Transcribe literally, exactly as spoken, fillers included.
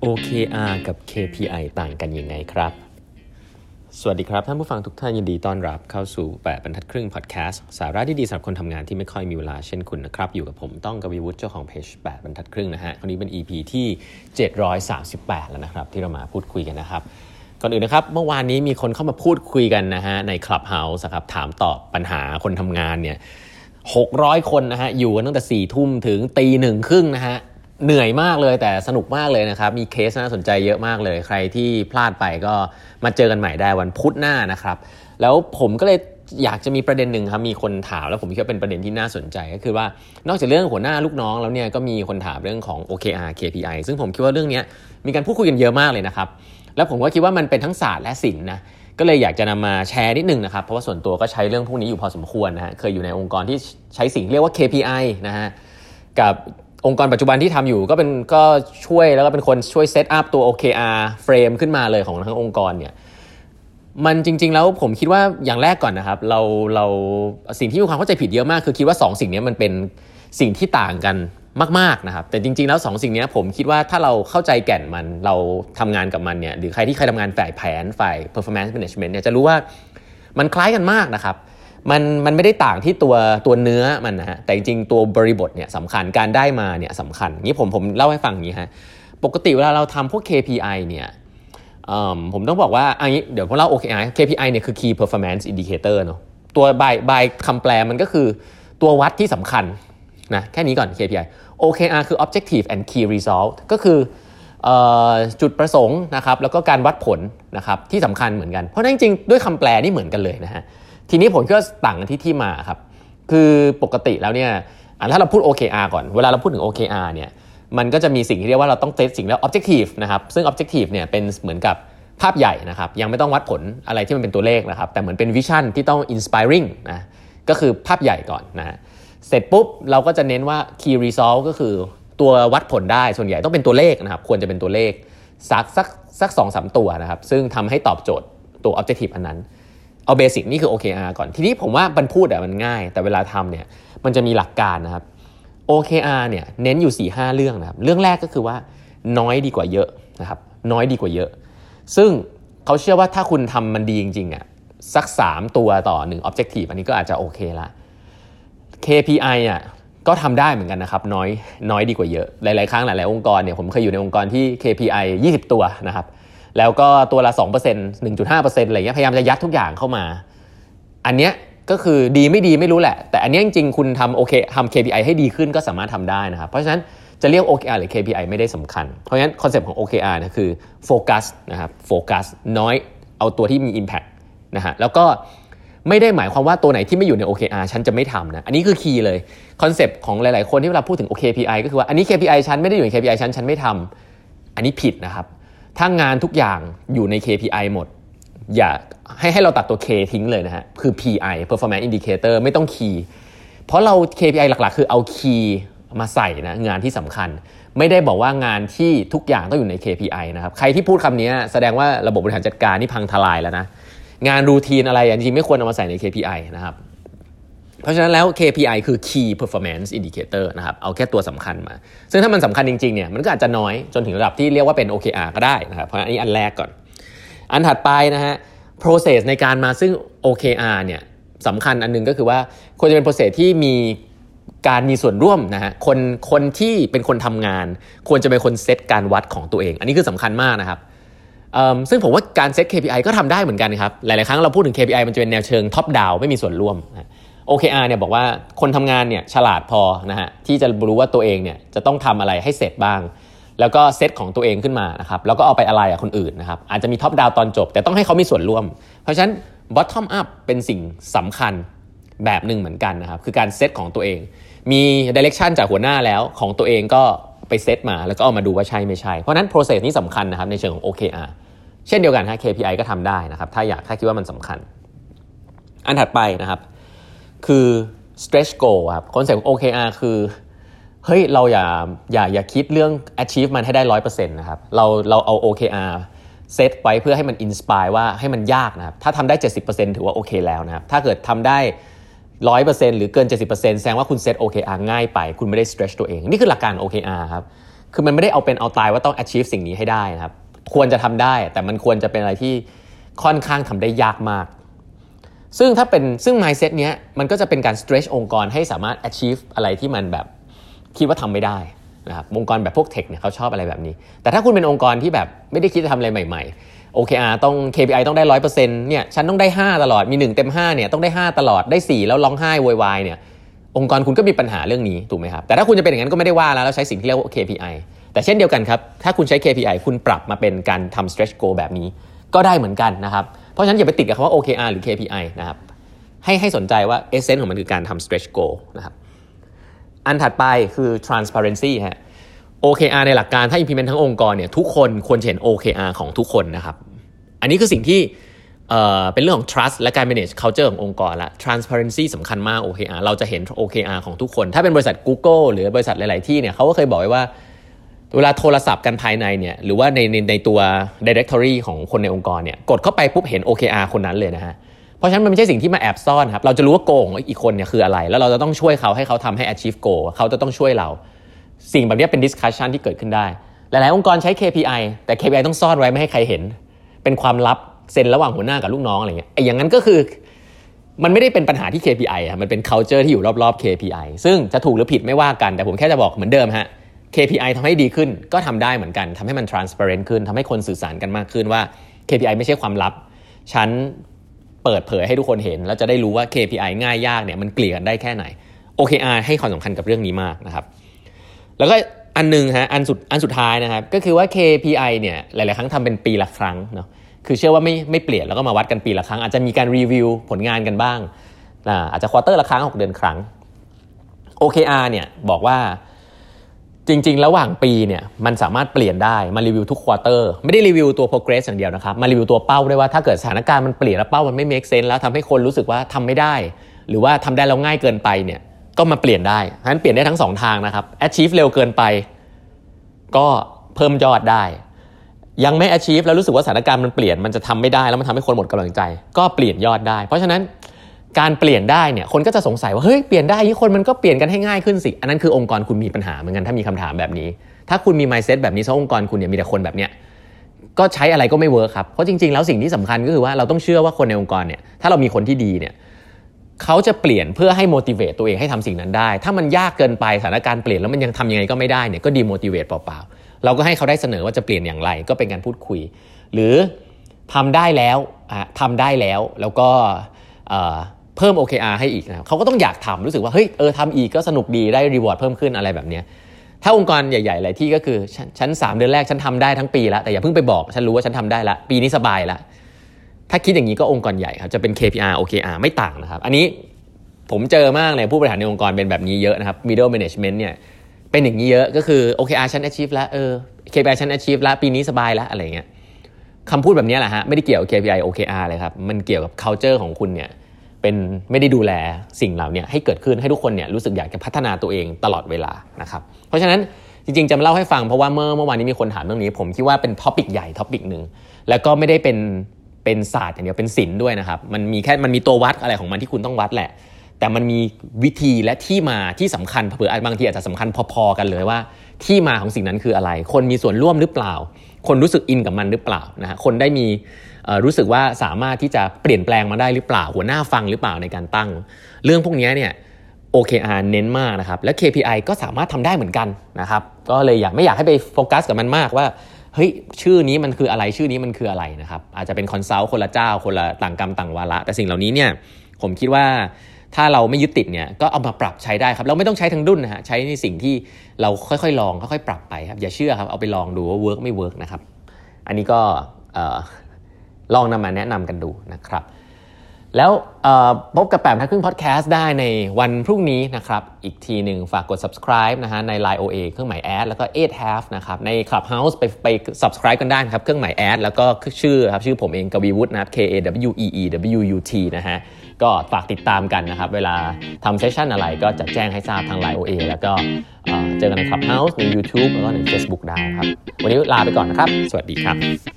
โอ เค อาร์ กับ เค พี ไอ ต่างกันยังไงครับสวัสดีครับท่านผู้ฟังทุกท่านยินดีต้อนรับเข้าสู่แปดบรรทัดครึ่งพอดแคสต์สาระที่ดีสำหรับคนทำงานที่ไม่ค่อยมีเวลาเช่นคุณนะครับอยู่กับผมต้องกวีวุฒิเจ้าของเพจแปดบรรทัดครึ่งนะฮะคราวนี้เป็น อี พี ที่เจ็ดร้อยสามสิบแปดแล้วนะครับที่เรามาพูดคุยกันนะครับก่อนอื่นนะครับเมื่อวานนี้มีคนเข้ามาพูดคุยกันนะฮะใน Clubhouse ครับถามตอบปัญหาคนทำงานเนี่ยหกร้อยคนนะฮะอยู่กันตั้งแต่สี่ทุ่มถึงตีหนึ่งครึ่งนะฮะเหนื่อยมากเลยแต่สนุกมากเลยนะครับมีเคสน่าสนใจเยอะมากเลยใครที่พลาดไปก็มาเจอกันใหม่ได้วันพุธหน้านะครับแล้วผมก็เลยอยากจะมีประเด็นหนึ่งครับมีคนถามแล้วผมคิดว่าเป็นประเด็นที่น่าสนใจก็คือว่านอกจากเรื่องหัวหน้าลูกน้องแล้วเนี่ยก็มีคนถามเรื่องของ โอ เค อาร์ เค พี ไอ ซึ่งผมคิดว่าเรื่องนี้มีการพูดคุยกันเยอะมากเลยนะครับแล้วผมก็คิดว่ามันเป็นทั้งศาสตร์และศิลป์นะก็เลยอยากจะนำมาแชร์นิดนึงนะครับเพราะว่าส่วนตัวก็ใช้เรื่องพวกนี้อยู่พอสมควรนะฮะเคยอยู่ในองค์กรที่ใช้สิ่งเรียกว่า เค พี ไอ นะฮะกับองค์กรปัจจุบันที่ทำอยู่ก็เป็นก็ช่วยแล้วก็เป็นคนช่วยเซตอัพตัว โอ เค อาร์ เฟรมขึ้นมาเลยของทั้งองค์กรเนี่ยมันจริงๆแล้วผมคิดว่าอย่างแรกก่อนนะครับเราเราสิ่งที่มีความเข้าใจผิดเยอะมากคือคิดว่าสองสิ่งนี้มันเป็นสิ่งที่ต่างกันมากๆนะครับแต่จริงๆแล้วสองสิ่งนี้ผมคิดว่าถ้าเราเข้าใจแก่นมันเราทำงานกับมันเนี่ยหรือใครที่เคยทำงานฝ่ายแผนฝ่าย performance management เนี่ยจะรู้ว่ามันคล้ายกันมากนะครับมันมันไม่ได้ต่างที่ตัวตัวเนื้อมันนะฮะแต่จริงๆตัวบริบทเนี่ยสำคัญการได้มาเนี่ยสำคัญนี้ผมผมเล่าให้ฟังอย่างนี้ฮะปกติเวลาเราทำพวก เค พี ไอ เนี่ยผมต้องบอกว่าอันนี้เดี๋ยวผมเล่า โอ เค อาร์ เค พี ไอ เนี่ยคือ Key Performance Indicator เนาะตัว by by คำแปลมันก็คือตัววัดที่สำคัญนะแค่นี้ก่อน เค พี ไอ โอ เค อาร์ คือ Objective and Key Result ก็คือจุดประสงค์นะครับแล้วก็การวัดผลนะครับที่สำคัญเหมือนกันเพราะนั้นจริงๆด้วยคำแปลนี่เหมือนกันเลยนะฮะทีนี้ผมก็ต่างกันที่ที่มาครับคือปกติแล้วเนี่ยถ้าเราพูด โอ เค อาร์ ก่อนเวลาเราพูดถึง โอ เค อาร์ เนี่ยมันก็จะมีสิ่งที่เรียกว่าเราต้องเซตสิ่งเรียกว่า objective นะครับซึ่ง objective เนี่ยเป็นเหมือนกับภาพใหญ่นะครับยังไม่ต้องวัดผลอะไรที่มันเป็นตัวเลขนะครับแต่เหมือนเป็น vision ที่ต้อง inspiring นะก็คือภาพใหญ่ก่อนนะเสร็จปุ๊บเราก็จะเน้นว่า key result ก็คือตัววัดผลได้ส่วนใหญ่ต้องเป็นตัวเลขนะครับควรจะเป็นตัวเลขสักสักสัก สองถึงสาม ตัวนะครับซึ่งทำให้ตอบโจทย์ตัว objective อันนั้นเอาเบสิกนี่คือ โอ เค อาร์ ก่อนทีนี้ผมว่ามันพูดอะมันง่ายแต่เวลาทำเนี่ยมันจะมีหลักการนะครับ โอ เค อาร์ เนี่ยเน้นอยู่ สี่ห้า เรื่องนะครับเรื่องแรกก็คือว่าน้อยดีกว่าเยอะนะครับน้อยดีกว่าเยอะซึ่งเขาเชื่อว่าถ้าคุณทำมันดีจริงๆอ่ะสักสามตัวต่อหนึ่ง objective อันนี้ก็อาจจะโอเคละ เค พี ไอ อ่ะก็ทำได้เหมือนกันนะครับน้อยน้อยดีกว่าเยอะหลายๆครั้งหลายๆองค์กรเนี่ยผมเคยอยู่ในองค์กรที่ เค พี ไอ ยี่สิบตัวนะครับแล้วก็ตัวละ สองเปอร์เซ็นต์ หนึ่งจุดห้าเปอร์เซ็นต์ อะไรเงี้ยพยายามจะยัดทุกอย่างเข้ามาอันเนี้ยก็คือดีไม่ดีไม่รู้แหละแต่อันนี้จริงๆคุณทำโอเคทำ เค พี ไอ ให้ดีขึ้นก็สามารถทำได้นะครับเพราะฉะนั้นจะเรียก โอ เค อาร์ หรือ เค พี ไอ ไม่ได้สำคัญเพราะฉะนั้นคอนเซ็ปต์ของ โอ เค อาร์ เนี่ยคือโฟกัสนะครับโฟกัสน้อยเอาตัวที่มี impact นะฮะแล้วก็ไม่ได้หมายความว่าตัวไหนที่ไม่อยู่ใน โอ เค อาร์ ฉันจะไม่ทำนะอันนี้คือคีย์เลยคอนเซ็ปต์ของหลายๆคนที่เวลาพูดถึง เค พี ไอ ก็คือว่าอันนี้ เค พี ไอ ฉันไม่ได้อยู่ใน เค พี ไอ ฉันฉันไม่ทำอันนี้ผิดนะครับถ้างานทุกอย่างอยู่ใน เค พี ไอ หมดอย่าให้ให้เราตัดตัว K ทิ้งเลยนะฮะคือ พี ไอ performance indicator ไม่ต้อง key เพราะเรา เค พี ไอ หลักๆคือเอา key มาใส่นะงานที่สำคัญไม่ได้บอกว่างานที่ทุกอย่างต้องอยู่ใน เค พี ไอ นะครับใครที่พูดคำนี้แสดงว่าระบบบริหารจัดการนี่พังทลายแล้วนะงานรูทีนอะไรจริงๆไม่ควรเอามาใส่ใน เค พี ไอ นะครับเพราะฉะนั้นแล้ว เค พี ไอ คือ key performance indicator นะครับเอาแค่ตัวสำคัญมาซึ่งถ้ามันสำคัญจริงๆเนี่ยมันก็อาจจะน้อยจนถึงระดับที่เรียกว่าเป็น โอ เค อาร์ ก็ได้นะครับเพราะอันนี้อันแรกก่อนอันถัดไปนะฮะ process ในการมาซึ่ง โอ เค อาร์ เนี่ยสำคัญอันนึงก็คือว่าควรจะเป็น process ที่มีการมีส่วนร่วมนะฮะคนคนที่เป็นคนทำงานควรจะเป็นคนเซตการวัดของตัวเองอันนี้คือสำคัญมากนะครับซึ่งผมว่าการเซต เค พี ไอ ก็ทำได้เหมือนกันครับหลายๆครั้งเราพูดถึง เค พี ไอ มันจะเป็นแนวเชิง top down ไม่มีส่วนร่วม โอ เค อาร์ เนี่ยบอกว่าคนทำงานเนี่ยฉลาดพอนะฮะที่จะรู้ว่าตัวเองเนี่ยจะต้องทำอะไรให้เสร็จบ้างแล้วก็เซตของตัวเองขึ้นมานะครับแล้วก็เอาไปอะไรกับคนอื่นนะครับอาจจะมีท็อปดาวน์ตอนจบแต่ต้องให้เขามีส่วนร่วมเพราะฉะนั้น bottom up เป็นสิ่งสำคัญแบบหนึ่งเหมือนกันนะครับคือการเซตของตัวเองมี direction จากหัวหน้าแล้วของตัวเองก็ไปเซตมาแล้วก็เอามาดูว่าใช่ไม่ใช่เพราะนั้น process นี้สำคัญนะครับในเชิงของ โอ เค อาร์ เช่นเดียวกันฮะ เค พี ไอ ก็ทำได้นะครับถ้าอยากถ้าคิดว่ามันสำคัญอันถัดไปนะครับคือ stretch goal ครับคอนเซ็ปต์ของ โอ เค อาร์ คือเฮ้ยเราอย่าอย่าอย่าคิดเรื่อง achieve มันให้ได้ หนึ่งร้อยเปอร์เซ็นต์ นะครับเราเราเอา โอ เค อาร์ เซตไว้เพื่อให้มัน inspire ว่าให้มันยากนะครับถ้าทำได้ เจ็ดสิบเปอร์เซ็นต์ ถือว่าโอเคแล้วนะครับถ้าเกิดทำได้ หนึ่งร้อยเปอร์เซ็นต์ หรือเกิน เจ็ดสิบเปอร์เซ็นต์ แสดงว่าคุณเซต โอ เค อาร์ ง่ายไปคุณไม่ได้ stretch ตัวเองนี่คือหลักการ โอ เค อาร์ ครับคือมันไม่ได้เอาเป็นเอาตายว่าต้อง achieve สิ่งนี้ให้ได้นะครับควรจะทำได้แต่มันควรจะเป็นอะไรที่ค่อนข้างทำได้ยากมากซึ่งถ้าเป็นซึ่ง mindset เนี้ยมันก็จะเป็นการ stretch องค์กรให้สามารถ achieve อะไรที่มันแบบคิดว่าทำไม่ได้นะครับองค์กรแบบพวกเทคเนี่ยเขาชอบอะไรแบบนี้แต่ถ้าคุณเป็นองค์กรที่แบบไม่ได้คิดจะทำอะไรใหม่ๆ โอ เค อาร์ ต้อง เค พี ไอ ต้องได้ หนึ่งร้อยเปอร์เซ็นต์ เนี่ยฉันต้องได้ห้าตลอดมีหนึ่งเต็มห้าเนี่ยต้องได้ห้าตลอดได้สี่แล้วร้องไห้โวยวายเนี่ยองค์กรคุณก็มีปัญหาเรื่องนี้ถูกไหมครับแต่ถ้าคุณจะเป็นอย่างนั้นก็ไม่ได้ว่าแล้วแล้วใช้สิ่งที่เรียกว่า เค พี ไอ แต่เช่นเดียวกันครับถ้าคุณใช้ เค พี ไอ คุณปรับมาเป็นการทำ stretch goal แบบนี้ก็ได้เหมือนกันนะครับเพราะฉะนั้นอย่าไปติดกับคำว่า โอ เค อาร์ หรือ เค พี ไอ นะครับให้ให้สนใจว่า essence ของมันคือการทำ stretch goal นะครับอันถัดไปคือ transparency ฮะ โอ เค อาร์ ในหลักการถ้า implement ทั้งองค์กรเนี่ยทุกคนควรเห็น โอ เค อาร์ ของทุกคนนะครับอันนี้คือสิ่งที่เอ่อเป็นเรื่องของ trust และการ manage culture ขององค์กรละ transparency สำคัญมาก โอ เค อาร์ เราจะเห็น โอ เค อาร์ ของทุกคนถ้าเป็นบริษัท Google หรือบริษัทหลายๆที่เนี่ยเขาก็เคยบอกไว้ว่าเวลาโทรศัพท์กันภายในเนี่ยหรือว่าในในในตัว directory ของคนในองค์กรเนี่ยกดเข้าไปปุ๊บเห็น โอ เค อาร์ คนนั้นเลยนะฮะเพราะฉะนั้นมันไม่ใช่สิ่งที่มาแอบซ่อนครับเราจะรู้ว่าโกของอีกคนเนี่ยคืออะไรแล้วเราจะต้องช่วยเขาให้เขาทำให้ achieve goal เขาจะต้องช่วยเราสิ่งแบบนี้เป็น discussion ที่เกิดขึ้นได้หลายๆองค์กรใช้ เค พี ไอ แต่ เค พี ไอ ต้องซ่อนไว้ไม่ให้ใครเห็นเป็นความลับเซ็นระหว่างหัวหน้ากับลูกน้องอะไรเงี้ยไอ้อย่างนั้นก็คือมันไม่ได้เป็นปัญหาที่ เค พี ไอ อ่ะมันเป็น culture ที่อยู่รอบๆ เค พี ไอ ซึ่งจะถูกหรือผิดไม่ว่ากันแต่ผมแค่จะบอกเหมือนเดิมฮะ เค พี ไอ ทำให้ดีขึ้นก็ทำได้เหมือนกันทำให้มัน transparent ขึ้นทำให้คนสื่อสารกันมากขึ้นว่า เค พี ไอ ไม่ใช่ความลับฉันเปิดเผยให้ทุกคนเห็นแล้วจะได้รู้ว่า เค พี ไอ ง่ายยากเนี่ยมันเกลี่ยกันได้แค่ไหน โอ เค อาร์ ให้ความสำคัญกับเรื่องนี้มากนะครับแล้วก็อันนึงฮะอันสุดอันสุดท้ายนะครับก็คือว่า เค พี ไอ เนี่ยหลายๆครั้งทำเป็นปีละครั้งเนาะคือเชื่อว่าไม่ไม่เปลี่ยนแล้วก็มาวัดกันปีละครั้งอาจจะมีการรีวิวผลงานกันบ้างนะอาจจะควอเตอร์ละครั้งหกเดือนครั้ง โอ เค อาร์ เนี่ยบอกว่าจริงๆระหว่างปีเนี่ยมันสามารถเปลี่ยนได้มารีวิวทุกควอเตอร์ไม่ได้รีวิวตัว progress อย่างเดียวนะครับมารีวิวตัวเป้าด้วยว่าถ้าเกิดสถานการณ์มันเปลี่ยนแล้วเป้ามันไม่ make sense แล้วทำให้คนรู้สึกว่าทำไม่ได้หรือว่าทำได้แล้วง่ายเกินไปเนี่ยก็มาเปลี่ยนได้เพราะฉะนั้นเปลี่ยนได้ทั้งสองทางนะครับ achieve เร็วเกินไปก็เพิ่มยอดได้ยังไม่ achieve แล้วรู้สึกว่าสถานการณ์มันเปลี่ยนมันจะทำไม่ได้แล้วมันทำให้คนหมดกำลังใจก็เปลี่ยนยอดได้เพราะฉะนั้นการเปลี่ยนได้เนี่ยคนก็จะสงสัยว่าเฮ้ยเปลี่ยนได้ยี่คนมันก็เปลี่ยนกันให้ง่ายขึ้นสิอันนั้นคือองค์กรคุณมีปัญหาเหมือนกันถ้ามีคำถามแบบนี้ถ้าคุณมี mindset แบบนี้ซะองค์กรคุณเนี่ยมีแต่คนแบบเนี้ยก็ใช้อะไรก็ไม่เวิร์คครับเพราะจริงๆแล้วสิ่งที่สำคัญก็คือว่าเราต้องเชื่อว่าคนในองค์กรเนี่ยถ้าเรามีคนที่ดีเนี่ยเขาจะเปลี่ยนเพื่อให้ motivate ตัวเองให้ทำสิ่งนั้นได้ถ้ามันยากเกินไปสถานการณ์เปลี่ยนแล้วมันยังทำยังไงก็ไม่ได้เนี่ยก็ demotivate เปล่าๆเราก็ให้เขาได้เสนอว่าจะเปลี่ยนอย่างไรก็เป็นการพูดคุยหรือทำได้แล้วทำได้แล้วแล้วก็เพิ่ม โอ เค อาร์ ให้อีกนะเขาก็ต้องอยากทำรู้สึกว่าเฮ้ยเออทำอีกก็สนุกดีได้ reward เพิ่มขึ้นอะไรแบบนี้ถ้าองค์กรใหญ่ๆหลายที่ก็คือฉันสามเดือนแรกฉันทำได้ทั้งปีแล้วแต่อย่าเพิ่งไปบอกฉันรู้ว่าฉันทำได้ละปีนี้สบายละถ้าคิดอย่างนี้ก็องค์กรใหญ่ครับจะเป็น เค พี อาร์ โอ เค อาร์ ไม่ต่างนะครับอันนี้ผมเจอมากเลยผู้บริหารในองค์กรเป็นแบบนี้เยอะนะครับ middle management เนี่ยเป็นอย่างนี้เยอะก็คือ โอ เค อาร์ ฉัน achieve แล้วเออ เค พี ไอ ฉัน achieve แล้วปีนี้สบายแล้วอะไรเงี้ยคำพูดแบบนี้แหละฮะไม่ได้เกี่ยวกับ เค พี ไอ โอ เค อาร์ เลยครับมันเกี่ยวกับ culture ของคุณเนี่ยเป็นไม่ได้ดูแลสิ่งเหล่านี้ให้เกิดขึ้นให้ทุกคนเนี่ยรู้สึกอยากจะพัฒนาตัวเองตลอดเวลานะครับเพราะฉะนั้นจริงๆจะมาเล่าให้ฟังเพราะว่าเมื่อเมื่อวานนี้มีคนถามเรื่องนี้ผมคิดว่าเป็นท็อปิกใหญ่ท็อปิกนึงแล้วก็ไม่ได้เป็นเป็นศาสตร์อย่างเดียวเป็นศิลป์ด้วยนะครับมันมีแค่มันมีตัววัดอะไรของมันที่คุณต้องวัดแหละแต่มันมีวิธีและที่มาที่สำคัญเผื่อบางทีอาจจะสำคัญพอๆกันเลยว่าที่มาของสิ่งนั้นคืออะไรคนมีส่วนร่วมหรือเปล่าคนรู้สึกอินกับมันหรือเปล่านะฮะคนได้มีรู้สึกว่าสามารถที่จะเปลี่ยนแปลงมาได้หรือเปล่าหัวหน้าฟังหรือเปล่าในการตั้งเรื่องพวกนี้เนี่ย โอ เค อาร์ เน้นมากนะครับและ เค พี ไอ ก็สามารถทำได้เหมือนกันนะครับก็เลยอยากไม่อยากให้ไปโฟกัสกับมันมากว่าเฮ้ยชื่อนี้มันคืออะไรชื่อนี้มันคืออะไรนะครับอาจจะเป็นคอนซัลท์คนละเจ้าคนละต่างกรรมต่างวาระแต่สิ่งเหล่านี้เนี่ยผมคิดว่าถ้าเราไม่ยึดติดเนี่ยก็เอามาปรับใช้ได้ครับเราไม่ต้องใช้ทั้งดุ้นนะฮะใช้ในสิ่งที่เราค่อยๆลองค่อยๆปรับไปครับอย่าเชื่อครับเอาไปลองดูว่าเวิร์กไม่เวิร์กนะครับอันนี้ก็ลองนำมาแนะนำกันดูนะครับแล้วพบกับแปดบรรทัดครึ่งพอดแคสต์ได้ในวันพรุ่งนี้นะครับอีกทีหนึ่งฝากกด subscribe นะฮะใน ไลน์ โอ เอ เครื่องหมายแอดแล้วก็ เอท half นะครับใน Clubhouse ไปไป subscribe กันได้ครับเครื่องหมายแอดแล้วก็ชื่อครับชื่อผมเองกวีวุฒินะครับ K A W E E W U T นะฮะก็ฝากติดตามกันนะครับเวลาทำเซสชั่นอะไรก็จะแจ้งให้ทราบทาง ไลน์ โอ เอ แล้วก็เจอกันใน Clubhouse ใน YouTube แล้วก็ใน Facebook ได้ครับวันนี้ลาไปก่อนนะครับสวัสดีครับ